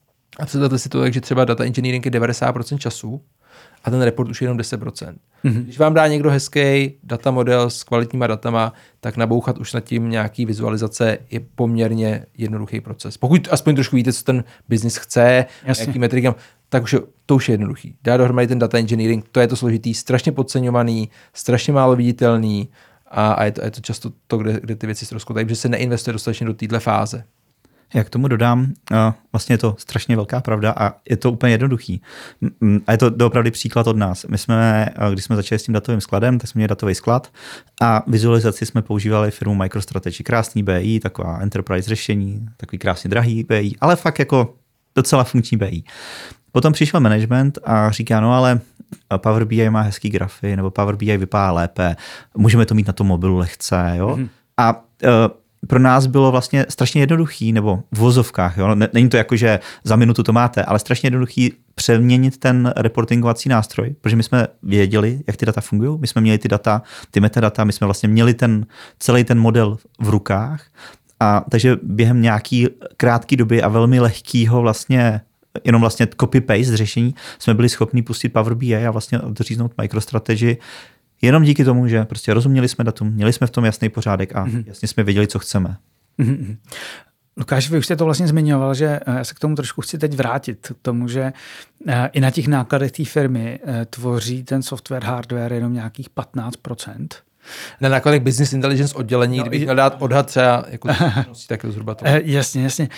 a představte si to tak, že třeba data engineering je devadesát procent času a ten report už je jenom deset procent. Mm-hmm. Když vám dá někdo hezký data model s kvalitníma datama, tak nabouchat už nad tím nějaký vizualizace je poměrně jednoduchý proces. Pokud aspoň trošku víte, co ten biznis chce, Jasně. jaký metriky, tak už je, to už je jednoduchý. Dá dohromady ten data engineering, to je to složitý, strašně podceňovaný, strašně málo viditelný a, a je, to, je to často to, kde, kde ty věci ztroskotají, protože se neinvestuje dostatečně do téhle fáze. Já k tomu dodám, vlastně je to strašně velká pravda a je to úplně jednoduchý. A je to doopravdy příklad od nás. My jsme, když jsme začali s tím datovým skladem, tak jsme měli datový sklad a vizualizaci jsme používali firmu MicroStrategy. Krásný B I, taková enterprise řešení, takový krásně drahý B I, ale fakt jako docela funkční B I. Potom přišel management a říká, no ale Power B I má hezký grafy, nebo Power B I vypadá lépe, můžeme to mít na tom mobilu lehce, jo. Mm-hmm. A uh, pro nás bylo vlastně strašně jednoduchý, nebo v vozovkách, jo? Není to jako, že za minutu to máte, ale strašně jednoduchý přeměnit ten reportingovací nástroj, protože my jsme věděli, jak ty data fungují, my jsme měli ty data, ty metadata, my jsme vlastně měli ten, celý ten model v rukách, a takže během nějaký krátký doby a velmi lehkýho vlastně jenom vlastně copy-paste řešení jsme byli schopni pustit Power B I a vlastně odříznout MicroStrategy jenom díky tomu, že prostě rozuměli jsme datum, měli jsme v tom jasný pořádek a mm-hmm. jasně jsme věděli, co chceme. Mm-hmm. Lukáš, vy už jste to vlastně zmiňoval, že já se k tomu trošku chci teď vrátit, k tomu, že i na těch nákladech té firmy tvoří ten software, hardware jenom nějakých patnáct procent. Na nákladech business intelligence oddělení, no, kdybych měl dát odhad třeba jako tak zhruba to. Jasně, jasně.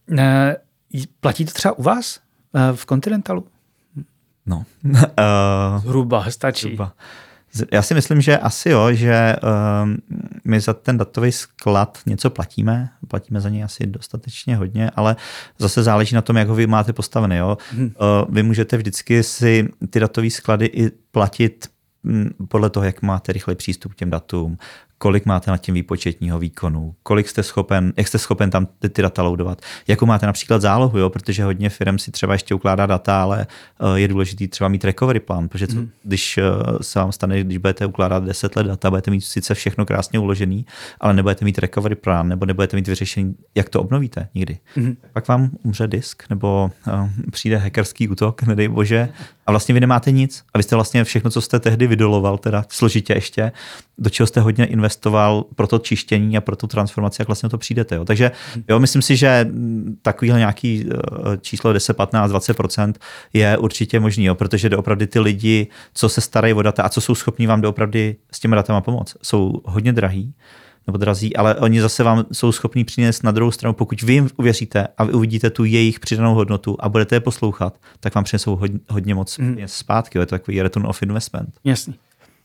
Platí to třeba u vás v Continentalu? No. Zhruba, stačí. Zhruba. Já si myslím, že asi jo, že um, my za ten datový sklad něco platíme, platíme za něj asi dostatečně hodně, ale zase záleží na tom, jak ho vy máte postavený. Jo? Hmm. Uh, vy můžete vždycky si ty datové sklady i platit m, podle toho, jak máte rychlý přístup k těm datům, kolik máte na tím výpočetního výkonu, kolik jste schopen, jak jste schopen tam ty, ty data loadovat, jakou máte například zálohu, jo? Protože hodně firm si třeba ještě ukládá data, ale uh, je důležitý třeba mít recovery plán, protože co, mm. když uh, se vám stane, když budete ukládat deset let data, budete mít sice všechno krásně uložený, ale nebudete mít recovery plán, nebo nebudete mít vyřešený, jak to obnovíte nikdy. Mm. Pak vám umře disk, nebo uh, přijde hackerský útok, nedej bože, a vlastně vy nemáte nic. A vy jste vlastně všechno, co jste tehdy vydoloval, teda složitě ještě, do čeho jste hodně investoval pro to čištění a pro tu transformaci, jak vlastně to přijdete. Jo. Takže jo, myslím si, že takovýhle nějaký číslo deset, patnáct, dvacet procent je určitě možný, jo, protože doopravdy ty lidi, co se starají o data a co jsou schopní vám doopravdy s těmi datama pomoct, jsou hodně drahý nebo drazí, ale oni zase vám jsou schopní přinést na druhou stranu, pokud vy jim uvěříte a vy uvidíte tu jejich přidanou hodnotu a budete je poslouchat, tak vám přinesou hodně, hodně moc mm. zpátky. Jo. Je to takový return of investment. Jasný.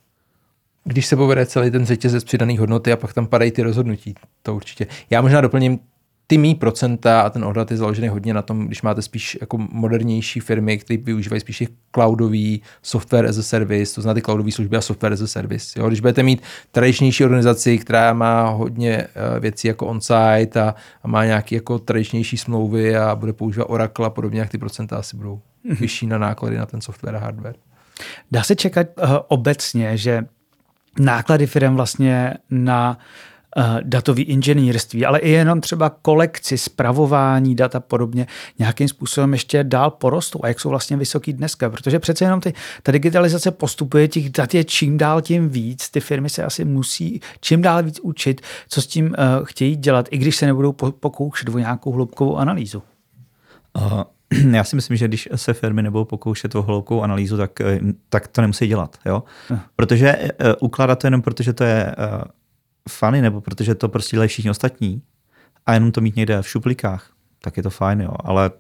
Když se povede celý ten řetězec přidaných hodnoty a pak tam padají ty rozhodnutí, to určitě. Já možná doplním, ty mý procenta a ten odhad je založený hodně na tom, když máte spíš jako modernější firmy, které využívají spíš cloudový software as a service, to znamená ty cloudové služby a software as a service. Jo? Když budete mít tradičnější organizaci, která má hodně věcí jako on-site a, a má nějaké jako tradičnější smlouvy a bude používat Oracle a podobně, jak ty procenta asi budou mm-hmm. vyšší na náklady na ten software a hardware. Dá se čekat uh, obecně, že náklady firem vlastně na uh, datový inženýrství, ale i jenom třeba kolekci, spravování dat a podobně nějakým způsobem ještě dál porostou a jak jsou vlastně vysoký dneska, protože přece jenom ty, ta digitalizace postupuje, těch dat je čím dál tím víc, ty firmy se asi musí čím dál víc učit, co s tím uh, chtějí dělat, i když se nebudou pokoušet o nějakou hloubkovou analýzu. Uh. Já si myslím, že když se firmy nebudou pokoušet o hloubkovou analýzu, tak, tak to nemusí dělat. Jo? Protože uh, ukládat to jenom protože to je uh, funny, nebo protože to prostě dělají všichni ostatní a jenom to mít někde v šuplikách, tak je to fajn, jo. Ale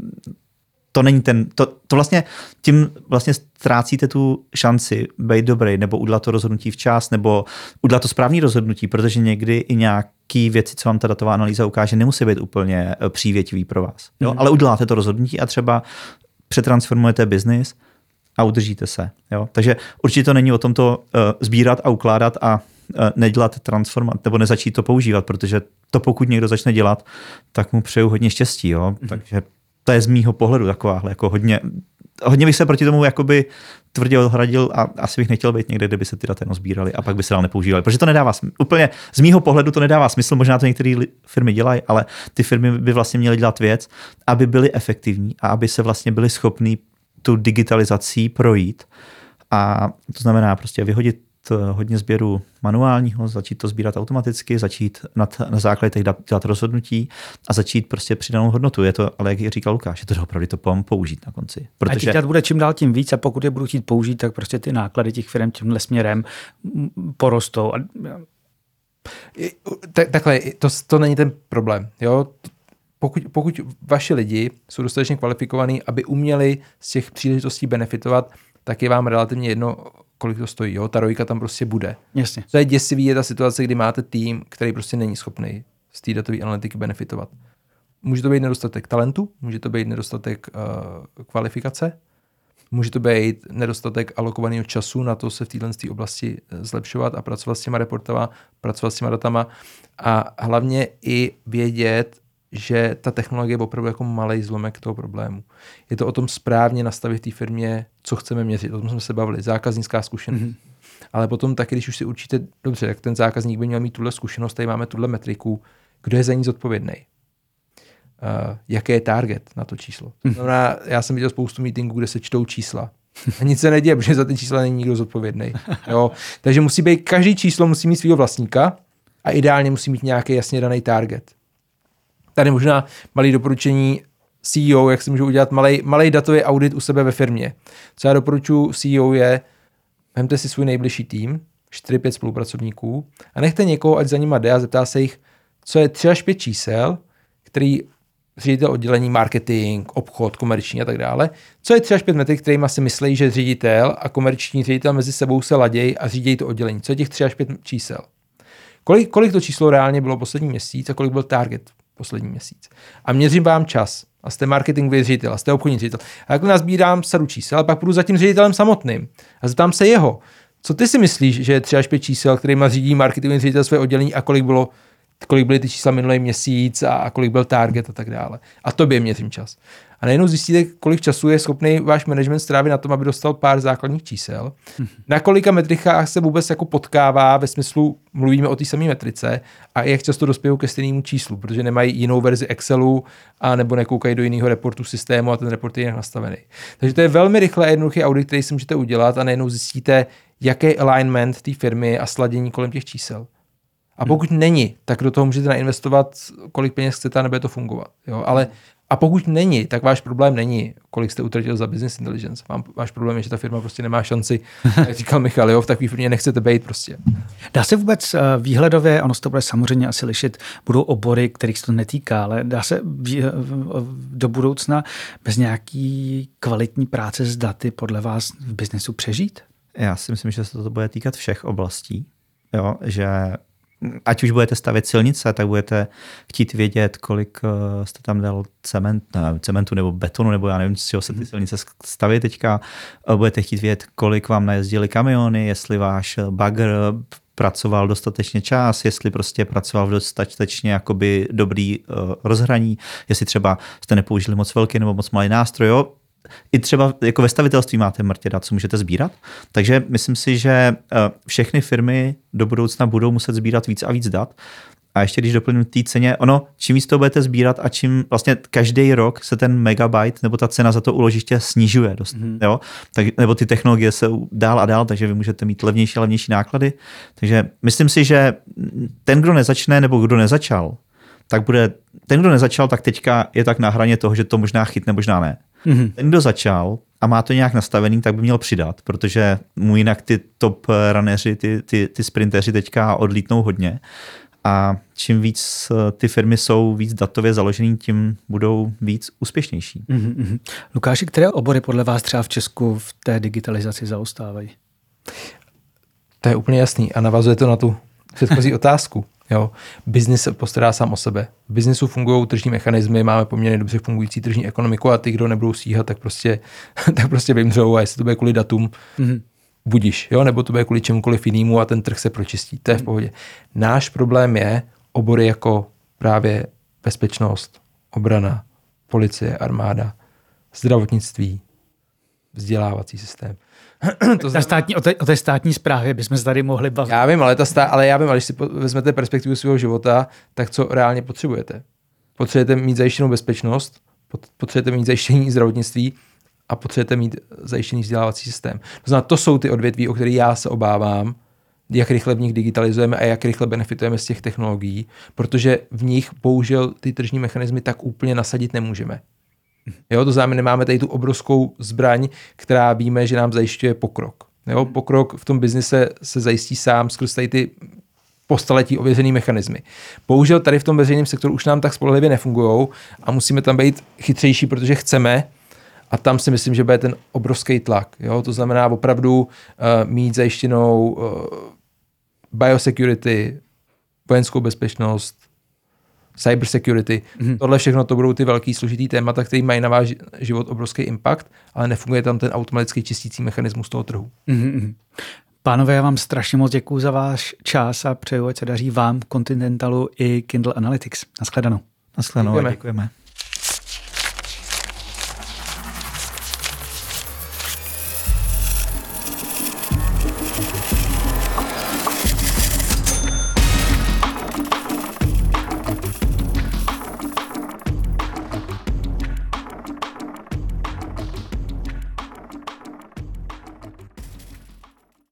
to není ten, to, to vlastně, tím vlastně ztrácíte tu šanci být dobrý, nebo udělat to rozhodnutí včas, nebo udělat to správný rozhodnutí, protože někdy i nějaký věci, co vám ta datová analýza ukáže, nemusí být úplně přívětivý pro vás. Jo? Mm. Ale uděláte to rozhodnutí a třeba přetransformujete biznis a udržíte se. Jo? Takže určitě to není o tom to uh, sbírat a ukládat a uh, nedělat transformat, nebo nezačít to používat, protože to pokud někdo začne dělat, tak mu přeju hodně štěstí. Jo? Mm. Takže to je z mýho pohledu takováhle, jako hodně, hodně bych se proti tomu jakoby tvrdě odhradil a asi bych nechtěl být někde, kde by se ty data jenom sbírali a pak by se dál nepoužívali. Protože to nedává smysl. Úplně z mýho pohledu to nedává smysl, možná to některé firmy dělají, ale ty firmy by vlastně měly dělat věc, aby byly efektivní a aby se vlastně byly schopní tu digitalizací projít. A to znamená prostě vyhodit hodně sběru manuálního, začít to sbírat automaticky, začít nad, na základě těch dat dělat rozhodnutí a začít prostě přidanou hodnotu. Je to, ale jak říkal Lukáš, je to opravdu to použít na konci. Protože... A těch dat bude čím dál tím víc a pokud je budu chtít použít, tak prostě ty náklady těch firm tímhle směrem porostou. Tak, takhle, to, to není ten problém. Jo? pokud, pokud vaši lidi jsou dostatečně kvalifikovaní, aby uměli z těch příležitostí benefitovat, tak je vám relativně jedno, kolik to stojí. Jo? Ta rojka tam prostě bude. Jasně. Co je děsivý, je ta situace, kdy máte tým, který prostě není schopný z té datové analytiky benefitovat. Může to být nedostatek talentu, může to být nedostatek uh, kvalifikace, může to být nedostatek alokovaného času na to se v této oblasti zlepšovat a pracovat s těma reportama, pracovat s těma datama a hlavně i vědět, že ta technologie je opravdu jako malej zlomek toho problému. Je to o tom správně nastavit v té firmě, co chceme měřit. O tom jsme se bavili. Zákaznická zkušenost. Mm-hmm. Ale potom taky, když už si určíte, dobře, jak ten zákazník by měl mít tuhle zkušenost, tady máme tuhle metriku, kdo je za ní zodpovědný. Uh, jaký je target na to číslo. To znamená, já jsem viděl spoustu meetingů, kde se čtou čísla. A nic se neděje, protože za ty čísla není nikdo zodpovědný. Jo? Takže musí být, každý číslo musí mít svého vlastníka a ideálně musí mít nějaký jasně daný target. Tady možná malé doporučení C E O, jak si můžu udělat malý datový audit u sebe ve firmě. Co já doporučuji C E O je, vemte si svůj nejbližší tým, čtyři pět spolupracovníků a nechte někoho, ať za nima jde a zeptá se jich, co je tři až pět čísel, který ředitel oddělení marketing, obchod, komerční a tak dále. Co je tři až pět metrik, kterýma si myslí, že ředitel a komerční ředitel mezi sebou se ladějí a řídějí to oddělení. Co je těch tři až pět čísel? Kolik, kolik to číslo reálně bylo poslední měsíc a kolik byl target poslední měsíc? A měřím vám čas. A jste marketingový ředitel, a jste obchodní ředitel. A jak nazbírám sadu čísel, a pak půjdu za tím ředitelem samotným a zeptám se jeho. Co ty si myslíš, že je tři až pět čísel, kterýma řídí marketingový ředitel své oddělení a kolik bylo kolik byly ty čísla minulý měsíc a kolik byl target a tak dále. A tobě měřím čas. A najednou zjistíte, kolik času je schopný váš management strávit na tom, aby dostal pár základních čísel. Na kolika metrikách se vůbec jako potkává, ve smyslu mluvíme o té samé metrice a jak často dospějou ke stejnému číslu, protože nemají jinou verzi Excelu a nebo nekoukají do jiného reportu systému a ten report je jinak nastavený. Takže to je velmi rychle a jednoduchý audit, který si můžete udělat a najednou zjistíte, jaký alignment té firmy a sladění kolem těch čísel. A pokud hmm. není, tak do toho můžete nainvestovat, kolik peněz chcete a nebude to fungovat. Jo? Ale a pokud není, tak váš problém není, kolik jste utratil za business intelligence. Vám, váš problém je, že ta firma prostě nemá šanci, jak říkal Michal, jo, v takové firmě nechcete být prostě. Dá se vůbec výhledově, ono se to bude samozřejmě asi lišit, budou obory, kterých se to netýká, ale dá se do budoucna bez nějaký kvalitní práce s daty podle vás v biznesu přežít? Já si myslím, že se to bude týkat všech oblastí. Jo, že ať už budete stavět silnice, tak budete chtít vědět, kolik jste tam dal cement, ne, cementu nebo betonu, nebo já nevím, z čeho se ty silnice staví teďka. Budete chtít vědět, kolik vám najezdili kamiony, jestli váš bagr pracoval dostatečně čas, jestli prostě pracoval v dostatečně jakoby dobrý uh, rozhraní, jestli třeba jste nepoužili moc velký nebo moc malý nástroj. Jo? I třeba jako ve stavitelství máte mrtě dat, co můžete sbírat. Takže myslím si, že všechny firmy do budoucna budou muset sbírat víc a víc dat. A ještě když doplním té ceně, ono, čím víc to budete sbírat a čím vlastně každý rok se ten megabyte nebo ta cena za to úložiště snižuje dost, mm-hmm. jo? Tak, nebo ty technologie jsou dál a dál, takže vy můžete mít levnější a levnější náklady. Takže myslím si, že ten, kdo nezačne nebo kdo nezačal, tak bude, ten, kdo nezačal, tak teďka je tak na hraně toho, že to možná chytne, možná ne. Mm-hmm. Ten, kdo začal a má to nějak nastavený, tak by měl přidat, protože mu jinak ty top runneři, ty, ty, ty sprinteři teďka odlítnou hodně. A čím víc ty firmy jsou víc datově založený, tím budou víc úspěšnější. Mm-hmm. Lukáši, které obory podle vás třeba v Česku v té digitalizaci zaostávají? To je úplně jasný a navazuje to na tu předchozí otázku. Jo. Biznis se postará sám o sebe. V biznisu fungují tržní mechanismy, máme poměrně dobře fungující tržní ekonomiku a ty, kdo nebudou stíhat, tak prostě, tak prostě vymřou a jestli to bude kvůli datům, mm-hmm. budiš, jo, nebo to bude kvůli čemukoliv jinému a ten trh se pročistí. To je v pohodě. Náš problém je obory jako právě bezpečnost, obrana, policie, armáda, zdravotnictví, vzdělávací systém. to ta státní, o, té, o té státní správě bychom se tady mohli bavit. Já vím, ale, ta stá, ale já vím, ale když si vezmete perspektivu svého života, tak co reálně potřebujete? Potřebujete mít zajištěnou bezpečnost, potřebujete mít zajištění zdravotnictví a potřebujete mít zajištěný vzdělávací systém. To znamená, to jsou ty odvětví, o kterých já se obávám, jak rychle v nich digitalizujeme a jak rychle benefitujeme z těch technologií, protože v nich bohužel ty tržní mechanismy tak úplně nasadit nemůžeme. Jo, to znamená, nemáme tady tu obrovskou zbraň, která víme, že nám zajišťuje pokrok. Jo, pokrok v tom biznise se zajistí sám skrz tady ty po staletí ověřený mechanismy. Bohužel tady v tom veřejném sektoru už nám tak spolehlivě nefungují a musíme tam být chytřejší, protože chceme, a tam si myslím, že bude ten obrovský tlak. Jo? To znamená opravdu uh, mít zajištěnou uh, biosecurity, vojenskou bezpečnost, cyber security. Mm-hmm. Tohle všechno to budou ty velký složitý témata, které mají na váš život obrovský impact, ale nefunguje tam ten automatický čistící mechanismus toho trhu. Mm-hmm. Pánové, já vám strašně moc děkuju za váš čas a přeju, ať se daří vám, Continentalu i Kindle Analytics. Naschledanou. Naschledanou, děkujeme. děkujeme.